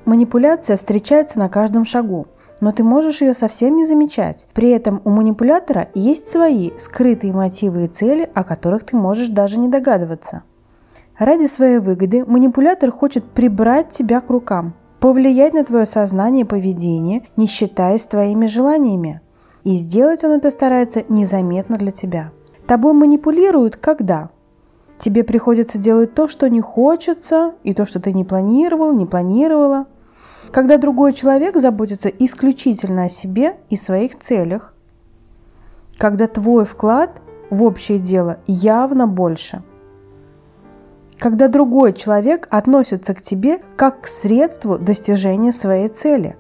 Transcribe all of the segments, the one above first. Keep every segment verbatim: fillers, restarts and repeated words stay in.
Манипуляция встречается на каждом шагу, но ты можешь ее совсем не замечать. При этом у манипулятора есть свои скрытые мотивы и цели, о которых ты можешь даже не догадываться. Ради своей выгоды манипулятор хочет прибрать тебя к рукам, повлиять на твое сознание и поведение, не считаясь твоими желаниями. И сделать он это старается незаметно для тебя. Тобой манипулируют когда? Тебе приходится делать то, что не хочется, и то, что ты не планировал, не планировала. Когда другой человек заботится исключительно о себе и своих целях. Когда твой вклад в общее дело явно больше. Когда другой человек относится к тебе как к средству достижения своей цели.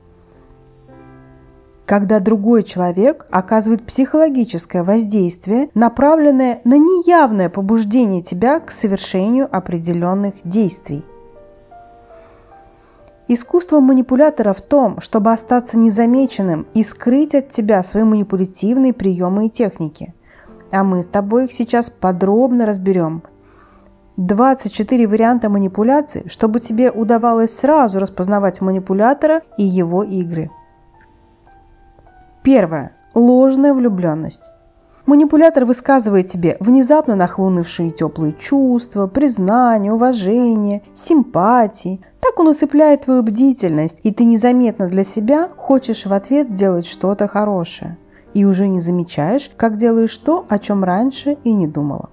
Когда другой человек оказывает психологическое воздействие, направленное на неявное побуждение тебя к совершению определенных действий. Искусство манипулятора в том, чтобы остаться незамеченным и скрыть от тебя свои манипулятивные приемы и техники. А мы с тобой их сейчас подробно разберем. двадцать четыре варианта манипуляций, чтобы тебе удавалось сразу распознавать манипулятора и его игры. Первое. Ложная влюбленность. Манипулятор высказывает тебе внезапно нахлынувшие теплые чувства, признание, уважение, симпатии. Так он усыпляет твою бдительность, и ты незаметно для себя хочешь в ответ сделать что-то хорошее. И уже не замечаешь, как делаешь то, о чем раньше и не думала.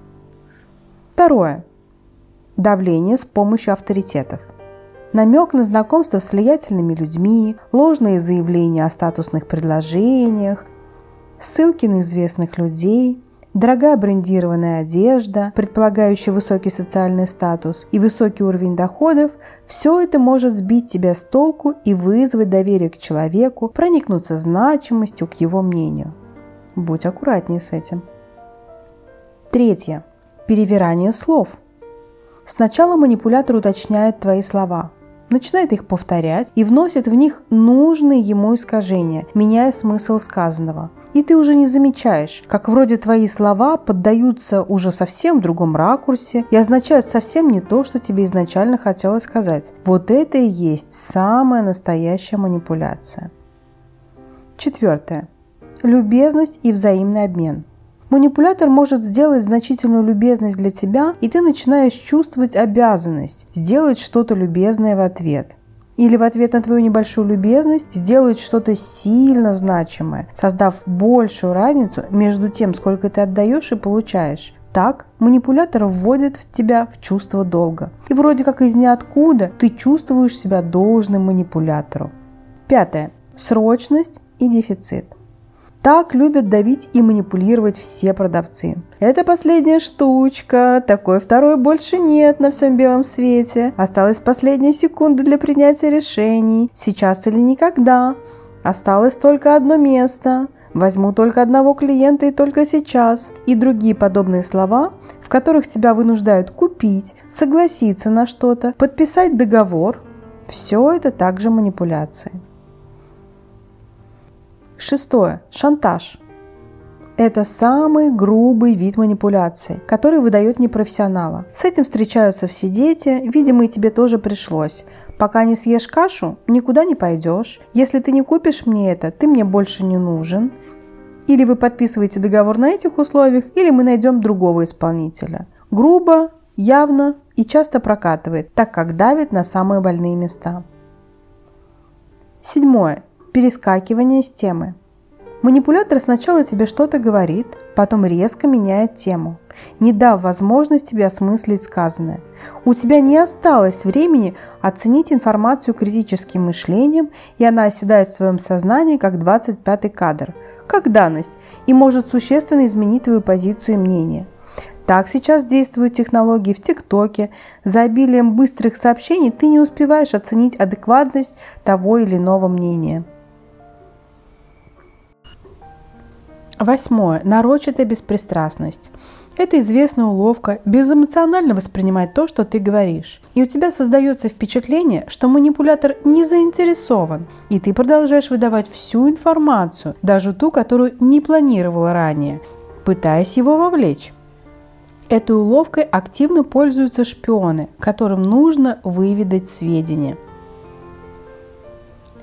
Второе. Давление с помощью авторитетов. Намек на знакомство с влиятельными людьми, ложные заявления о статусных предложениях, ссылки на известных людей, дорогая брендированная одежда, предполагающая высокий социальный статус и высокий уровень доходов – все это может сбить тебя с толку и вызвать доверие к человеку, проникнуться значимостью к его мнению. Будь аккуратнее с этим. Третье. Перевирание слов. Сначала манипулятор уточняет твои слова, начинает их повторять и вносит в них нужные ему искажения, меняя смысл сказанного. И ты уже не замечаешь, как вроде твои слова поддаются уже совсем в другом ракурсе и означают совсем не то, что тебе изначально хотелось сказать. Вот это и есть самая настоящая манипуляция. Четвертое. Любезность и взаимный обмен. Манипулятор может сделать значительную любезность для тебя, и ты начинаешь чувствовать обязанность сделать что-то любезное в ответ. Или в ответ на твою небольшую любезность сделать что-то сильно значимое, создав большую разницу между тем, сколько ты отдаешь и получаешь. Так манипулятор вводит в тебя в чувство долга. И вроде как из ниоткуда ты чувствуешь себя должным манипулятору. Пятое. Срочность и дефицит. Так любят давить и манипулировать все продавцы. Это последняя штучка, такой второй больше нет на всем белом свете. Осталась последняя секунда для принятия решений. Сейчас или никогда. Осталось только одно место. Возьму только одного клиента и только сейчас. И другие подобные слова, в которых тебя вынуждают купить, согласиться на что-то, подписать договор. Все это также манипуляции. Шестое. Шантаж. Это самый грубый вид манипуляции, который выдает непрофессионала. С этим встречаются все дети, видимо, и тебе тоже пришлось. Пока не съешь кашу, никуда не пойдешь. Если ты не купишь мне это, ты мне больше не нужен. Или вы подписываете договор на этих условиях, или мы найдем другого исполнителя. Грубо, явно и часто прокатывает, так как давит на самые больные места. Седьмое. Перескакивание с темы. Манипулятор сначала тебе что-то говорит, потом резко меняет тему, не дав возможность тебе осмыслить сказанное. У тебя не осталось времени оценить информацию критическим мышлением, и она оседает в твоем сознании как двадцать пятый кадр, как данность, и может существенно изменить твою позицию и мнение. Так сейчас действуют технологии в ТикТоке. За обилием быстрых сообщений ты не успеваешь оценить адекватность того или иного мнения. Восьмое. Нарочитая беспристрастность. Это известная уловка безэмоционально воспринимать то, что ты говоришь. И у тебя создается впечатление, что манипулятор не заинтересован, и ты продолжаешь выдавать всю информацию, даже ту, которую не планировала ранее, пытаясь его вовлечь. Этой уловкой активно пользуются шпионы, которым нужно выведать сведения.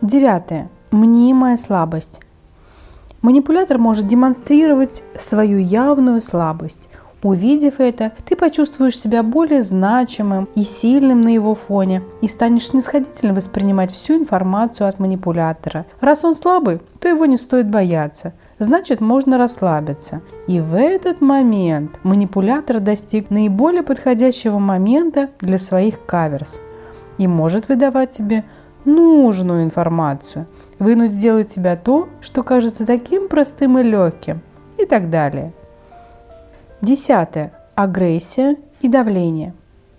Девятое. Мнимая слабость. Манипулятор может демонстрировать свою явную слабость. Увидев это, ты почувствуешь себя более значимым и сильным на его фоне и станешь снисходительно воспринимать всю информацию от манипулятора. Раз он слабый, то его не стоит бояться. Значит, можно расслабиться. И в этот момент манипулятор достиг наиболее подходящего момента для своих каверс и может выдавать тебе нужную информацию, вынудить сделать тебя то, что кажется таким простым и легким, и так далее. Десятое. Агрессия и давление.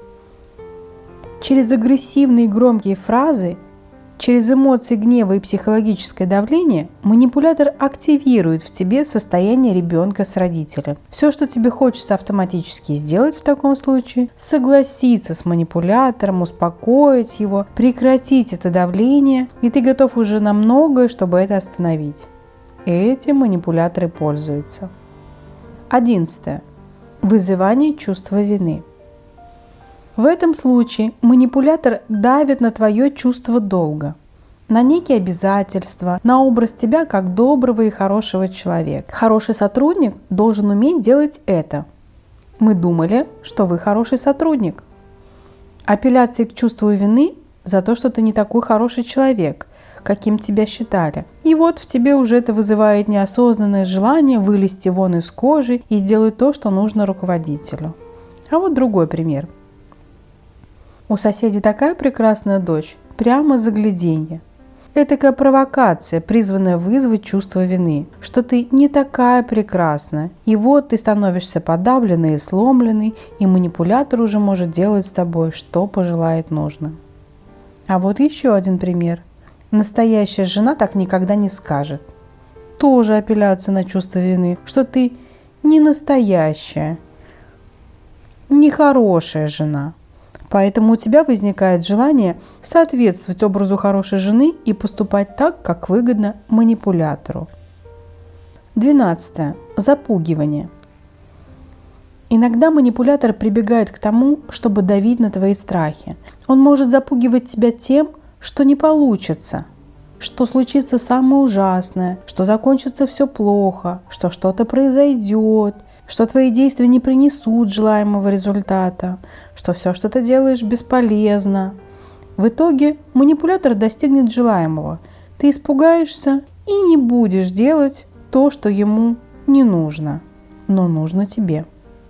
Через агрессивные и громкие фразы, через эмоции гнева и психологическое давление манипулятор активирует в тебе состояние ребенка с родителем. Все, что тебе хочется автоматически сделать в таком случае, согласиться с манипулятором, успокоить его, прекратить это давление, и ты готов уже на многое, чтобы это остановить. Этим манипуляторы пользуются. Одиннадцатое. Вызывание чувства вины. В этом случае манипулятор давит на твое чувство долга, на некие обязательства, на образ тебя как доброго и хорошего человека. Хороший сотрудник должен уметь делать это. Мы думали, что вы хороший сотрудник. Апелляции к чувству вины за то, что ты не такой хороший человек, каким тебя считали. И вот в тебе уже это вызывает неосознанное желание вылезти вон из кожи и сделать то, что нужно руководителю. А вот другой пример. У соседей такая прекрасная дочь, прямо загляденье. Этакая провокация, призванная вызвать чувство вины, что ты не такая прекрасная. И вот ты становишься подавленной и сломленной, и манипулятор уже может делать с тобой, что пожелает нужным. А вот еще один пример. Настоящая жена так никогда не скажет. Тоже апелляция на чувство вины, что ты не настоящая, не хорошая жена. Поэтому у тебя возникает желание соответствовать образу хорошей жены и поступать так, как выгодно манипулятору. Двенадцатое. Запугивание. Иногда манипулятор прибегает к тому, чтобы давить на твои страхи. Он может запугивать тебя тем, что не получится, что случится самое ужасное, что закончится все плохо, что что-то произойдет, что твои действия не принесут желаемого результата, что все, что ты делаешь, бесполезно. В итоге манипулятор достигнет желаемого. Ты испугаешься и не будешь делать то, что ему не нужно, но нужно тебе.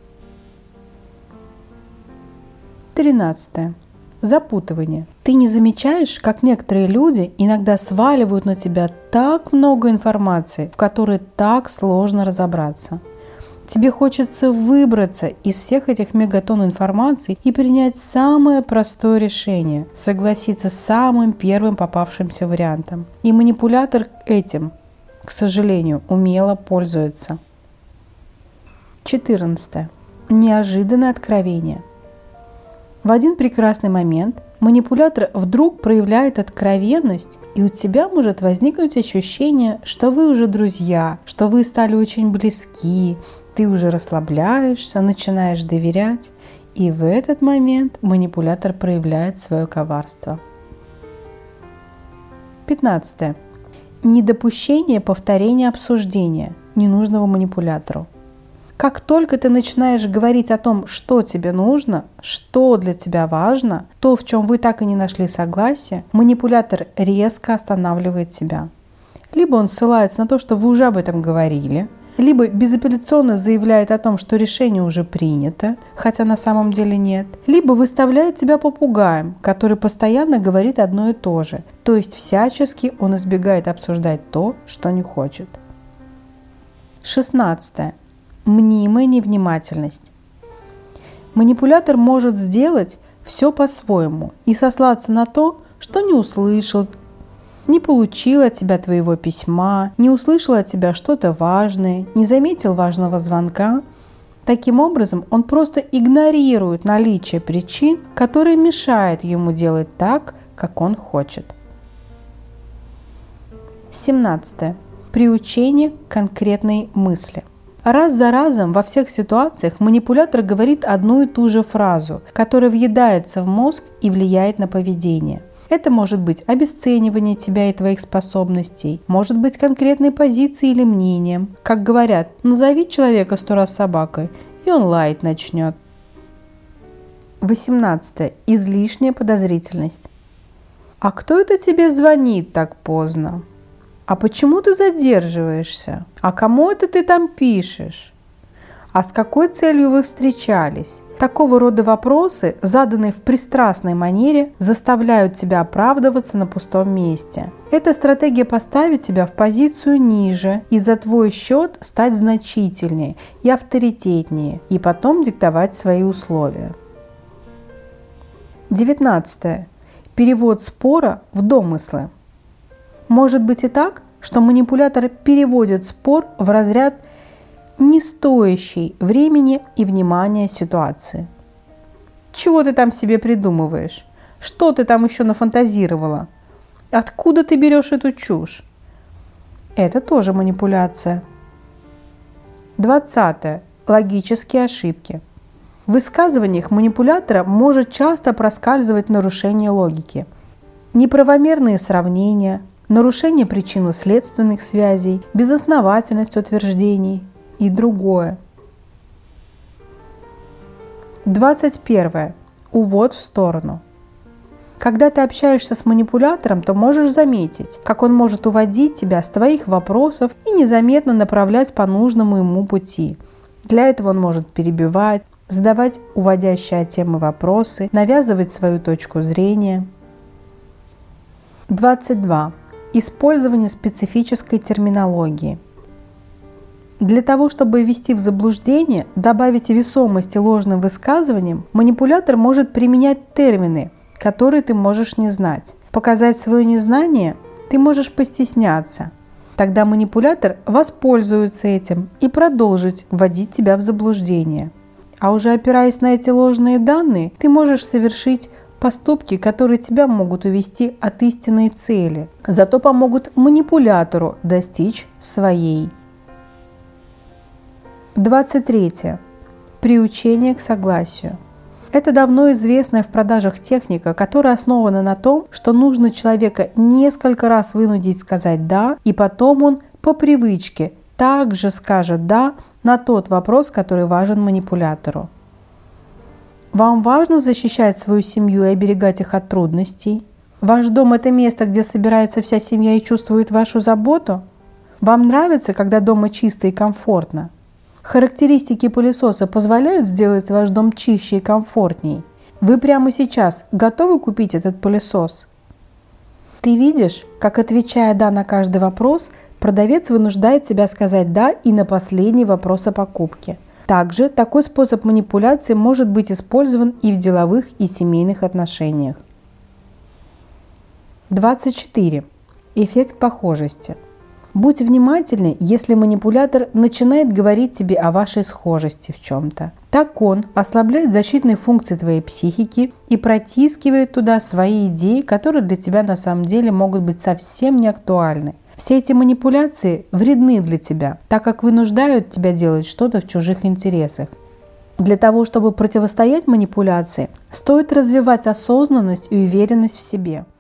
Тринадцатое. Запутывание. Ты не замечаешь, как некоторые люди иногда сваливают на тебя так много информации, в которой так сложно разобраться. Тебе хочется выбраться из всех этих мегатонн информации и принять самое простое решение, согласиться с самым первым попавшимся вариантом. И манипулятор этим, к сожалению, умело пользуется. четырнадцатое. Неожиданное откровение. В один прекрасный момент манипулятор вдруг проявляет откровенность, и у тебя может возникнуть ощущение, что вы уже друзья, что вы стали очень близки, ты уже расслабляешься, начинаешь доверять, и в этот момент манипулятор проявляет свое коварство. пятнадцатое. Недопущение повторения обсуждения, ненужного манипулятору. Как только ты начинаешь говорить о том, что тебе нужно, что для тебя важно, то, в чем вы так и не нашли согласия, манипулятор резко останавливает тебя. Либо он ссылается на то, что вы уже об этом говорили, либо безапелляционно заявляет о том, что решение уже принято, хотя на самом деле нет, либо выставляет тебя попугаем, который постоянно говорит одно и то же, то есть всячески он избегает обсуждать то, что не хочет. шестнадцатое. Мнимая невнимательность. Манипулятор может сделать все по-своему и сослаться на то, что не услышал, не получил от тебя твоего письма, не услышал от тебя что-то важное, не заметил важного звонка. Таким образом, он просто игнорирует наличие причин, которые мешают ему делать так, как он хочет. семнадцатое. Приучение к конкретной мысли. Раз за разом во всех ситуациях манипулятор говорит одну и ту же фразу, которая въедается в мозг и влияет на поведение. Это может быть обесценивание тебя и твоих способностей, может быть конкретной позицией или мнением. Как говорят, назови человека сто раз собакой, и он лаять начнет. восемнадцатое. Излишняя подозрительность. А кто это тебе звонит так поздно? А почему ты задерживаешься? А кому это ты там пишешь? А с какой целью вы встречались? Такого рода вопросы, заданные в пристрастной манере, заставляют тебя оправдываться на пустом месте. Эта стратегия поставит тебя в позицию ниже и за твой счет стать значительнее и авторитетнее, и потом диктовать свои условия. девятнадцатое. Перевод спора в домыслы. Может быть и так, что манипулятор переводит спор в разряд не стоящей времени и внимания ситуации. Чего ты там себе придумываешь? Что ты там еще нафантазировала? Откуда ты берешь эту чушь? Это тоже манипуляция. двадцатое. Логические ошибки. В высказываниях манипулятора может часто проскальзывать нарушение логики. Неправомерные сравнения, нарушение причинно-следственных связей, безосновательность утверждений и другое. двадцать первое. Увод в сторону. Когда ты общаешься с манипулятором, то можешь заметить, как он может уводить тебя с твоих вопросов и незаметно направлять по нужному ему пути. Для этого он может перебивать, задавать уводящие от темы вопросы, навязывать свою точку зрения. двадцать два. Использование специфической терминологии. Для того, чтобы ввести в заблуждение, добавить весомости ложным высказываниям, манипулятор может применять термины, которые ты можешь не знать. Показать свое незнание ты можешь постесняться. Тогда манипулятор воспользуется этим и продолжит вводить тебя в заблуждение. А уже опираясь на эти ложные данные, ты можешь совершить поступки, которые тебя могут увести от истинной цели, зато помогут манипулятору достичь своей. двадцать третье. Приучение к согласию. Это давно известная в продажах техника, которая основана на том, что нужно человека несколько раз вынудить сказать «да», и потом он по привычке также скажет «да» на тот вопрос, который важен манипулятору. Вам важно защищать свою семью и оберегать их от трудностей? Ваш дом – это место, где собирается вся семья и чувствует вашу заботу? Вам нравится, когда дома чисто и комфортно? Характеристики пылесоса позволяют сделать ваш дом чище и комфортней. Вы прямо сейчас готовы купить этот пылесос? Ты видишь, как, отвечая «да» на каждый вопрос, продавец вынуждает тебя сказать «да» и на последний вопрос о покупке. Также такой способ манипуляции может быть использован и в деловых, и семейных отношениях. двадцать четыре. Эффект похожести. Будь внимательный, если манипулятор начинает говорить тебе о вашей схожести в чем-то. Так он ослабляет защитные функции твоей психики и протискивает туда свои идеи, которые для тебя на самом деле могут быть совсем не актуальны. Все эти манипуляции вредны для тебя, так как вынуждают тебя делать что-то в чужих интересах. Для того, чтобы противостоять манипуляции, стоит развивать осознанность и уверенность в себе.